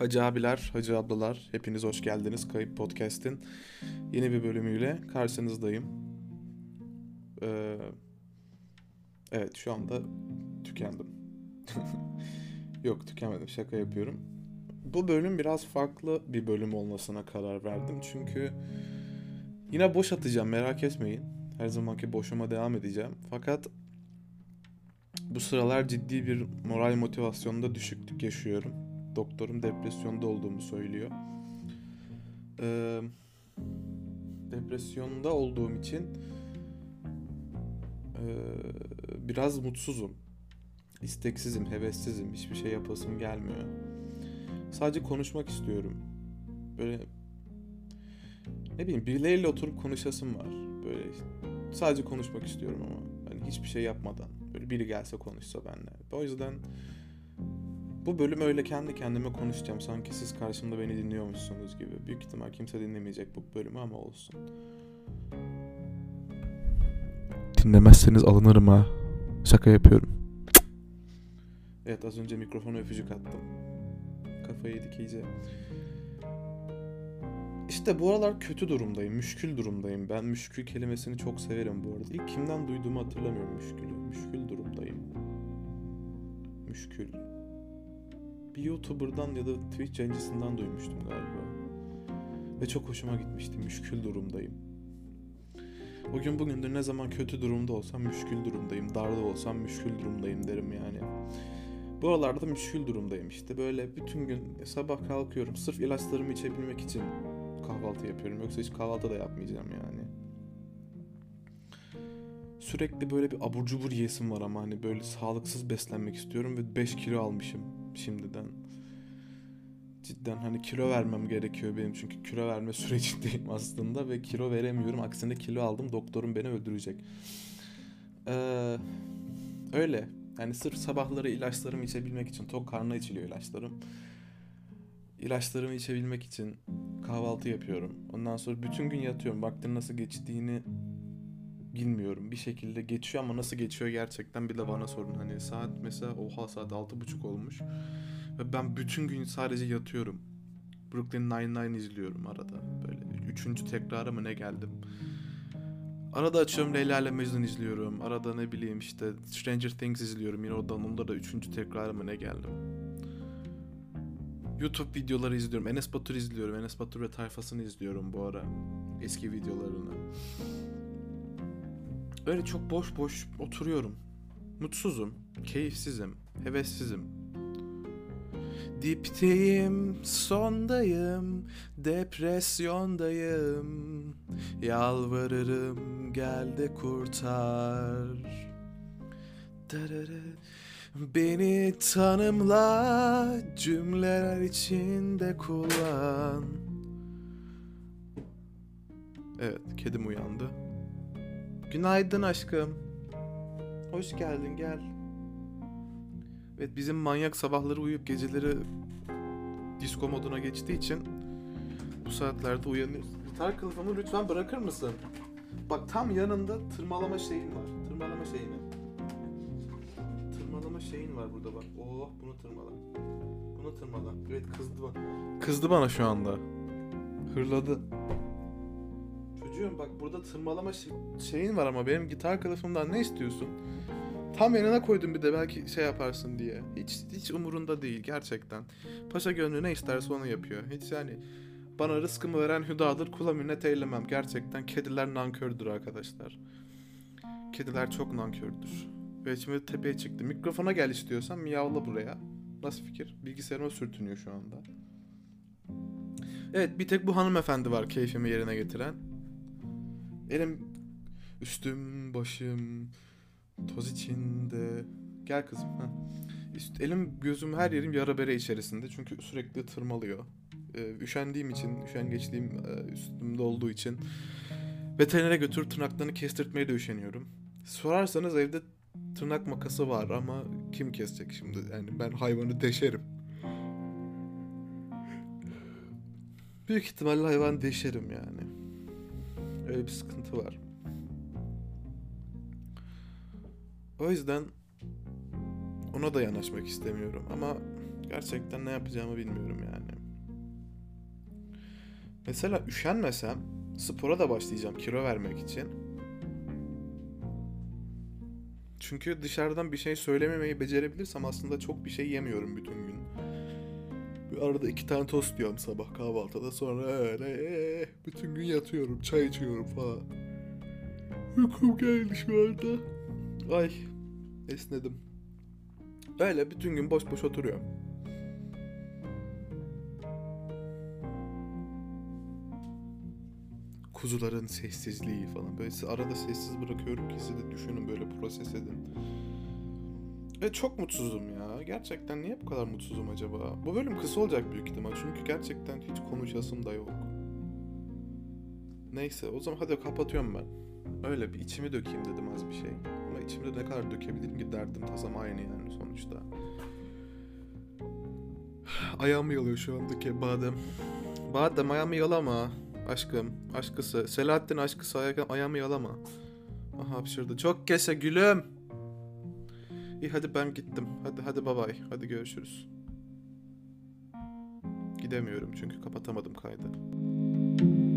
Hacı abiler, hacı ablalar, hepiniz hoş geldiniz Kayıp Podcast'in yeni bir bölümüyle karşınızdayım. Ee, evet, şu anda tükendim. Yok, tükenmedim, şaka yapıyorum. Bu bölüm biraz farklı bir bölüm olmasına karar verdim. Çünkü yine boş atacağım, merak etmeyin. Her zamanki boşuma devam edeceğim. Fakat bu sıralar ciddi bir moral motivasyonda düşüklük yaşıyorum. Doktorum depresyonda olduğumu söylüyor. Ee, Depresyonda olduğum için biraz mutsuzum. İsteksizim, hevessizim. Hiçbir şey yapasım gelmiyor. Sadece konuşmak istiyorum. Böyle ne bileyim, birileriyle oturup konuşasım var. Böyle sadece konuşmak istiyorum ama hani hiçbir şey yapmadan. Böyle biri gelse konuşsa benimle. O yüzden bu bölüm öyle kendi kendime konuşacağım. Sanki siz karşımda beni dinliyormuşsunuz gibi. Büyük ihtimal kimse dinlemeyecek bu bölümü ama olsun. Dinlemezseniz alınırım ha. Şaka yapıyorum. Evet, az önce mikrofona öpücük attım. Kafayı yedik iyice. İşte bu aralar kötü durumdayım. Müşkül durumdayım. Ben müşkül kelimesini çok severim bu arada. İlk kimden duyduğumu hatırlamıyorum müşkülü. Müşkül durumdayım. Müşkül. Bir YouTuber'dan ya da Twitch yayıncısından duymuştum galiba. Ve çok hoşuma gitmişti. Müşkül durumdayım. Bugündür ne zaman kötü durumda olsam müşkül durumdayım. Darda olsam müşkül durumdayım derim yani. Bu aralarda müşkül durumdayım işte. Böyle bütün gün sabah kalkıyorum. Sırf ilaçlarımı içebilmek için kahvaltı yapıyorum. Yoksa hiç kahvaltı da yapmayacağım yani. Sürekli böyle bir abur cubur yiyesim var ama hani böyle sağlıksız beslenmek istiyorum ve 5 kilo almışım şimdiden. Cidden hani kilo vermem gerekiyor benim, çünkü kilo verme sürecindeyim aslında ve kilo veremiyorum. Aksine kilo aldım, doktorum beni öldürecek. Öyle. Yani sırf sabahları ilaçlarımı içebilmek için, tok karnına içiliyor ilaçlarım. İlaçlarımı içebilmek için kahvaltı yapıyorum. Ondan sonra bütün gün yatıyorum. Vaktin nasıl geçtiğini bilmiyorum. Bir şekilde geçiyor ama nasıl geçiyor gerçekten bir de bana sorun. Hani saat mesela saat 6:30 olmuş. Ve ben bütün gün sadece yatıyorum. Brooklyn Nine-Nine izliyorum arada. Böyle 3. tekrarı mı ne geldim. Arada açıyorum Leyla ile Mecnun izliyorum. Arada ne bileyim işte Stranger Things izliyorum. Yine onda da 3. tekrarı mı ne geldim. YouTube videoları izliyorum. Enes Batur izliyorum. Enes Batur ve tayfasını izliyorum bu ara. Eski videolarını. Öyle çok boş boş oturuyorum. Mutsuzum, keyifsizim, hevessizim. Dipteyim, sondayım, depresyondayım. Yalvarırım, gel de kurtar. Dararı. Beni tanımla, cümleler içinde kullan. Evet, kedim uyandı. Günaydın aşkım. Hoş geldin, gel. Evet, bizim manyak sabahları uyuyup geceleri disco moduna geçtiği için bu saatlerde uyanıyoruz. Gitar kılıfımı lütfen bırakır mısın? Bak, tam yanında tırmalama şeyin var. Tırmalama şeyin var burada bak. Oh, bunu tırmala. Bunu tırmala. Evet, kızdı bak. Kızdı bana şu anda. Hırladı. Çocuğum bak, burada tırmalama şeyin var ama benim gitar kılıfımdan ne istiyorsun? Tam yanına koydum bir de belki şey yaparsın diye. Hiç umurunda değil gerçekten. Paşa gönlü ne isterse onu yapıyor. Hiç yani bana rızkımı veren hüdadır, kula minnet eylemem. Gerçekten kediler nankördür arkadaşlar. Kediler çok nankördür. Ve şimdi tepeye çıktı. Mikrofona gel istiyorsan, miyavla buraya. Nasıl fikir? Bilgisayarıma sürtünüyor şu anda. Evet, bir tek bu hanımefendi var keyfimi yerine getiren. Elim, üstüm, başım toz içinde. Gel kızım. Elim, gözüm, her yerim yara bere içerisinde. Çünkü sürekli tırmalıyor. Üşendiğim için, üşengeçliğim üstümde olduğu için veterinere götürüp tırnaklarını kestirtmeye de üşeniyorum. Sorarsanız evde tırnak makası var ama kim kesecek şimdi? Yani ben hayvanı deşerim. Büyük ihtimalle hayvan deşerim yani. Öyle bir sıkıntı var. O yüzden ona da yanaşmak istemiyorum ama gerçekten ne yapacağımı bilmiyorum yani. Mesela üşenmesem spora da başlayacağım kilo vermek için. Çünkü dışarıdan bir şey söylememeyi becerebilirsem aslında çok bir şey yemiyorum bütün gün. Bir arada 2 tane tost yiyorum sabah kahvaltıda, sonra öyle bütün gün yatıyorum, çay içiyorum falan. Uykum geldi şu anda. Ay, esnedim. Öyle bütün gün boş boş oturuyorum. Kuzuların sessizliği falan. Böyle arada sessiz bırakıyorum ki siz de düşünün, böyle proses edin. Ve çok mutsuzum ya. Gerçekten niye bu kadar mutsuzum acaba? Bu bölüm kısa olacak büyük ihtimal. Çünkü gerçekten hiç konuşasım da yok. Neyse, o zaman hadi kapatıyorum ben. Öyle bir içimi dökeyim dedim, az bir şey. Ama içimde ne kadar dökebilirim ki, derdim tasam aynı yani sonuçta. Ayağımı yalıyor şu andaki badem. Badem ayağımı yalama. Aşkım, aşkısı. Selahattin aşkısı ayağımı yalama. Aha, hapşırdı. Çok kese gülüm. İyi hadi ben gittim. Hadi bye bye. Hadi görüşürüz. Gidemiyorum çünkü kapatamadım kaydı.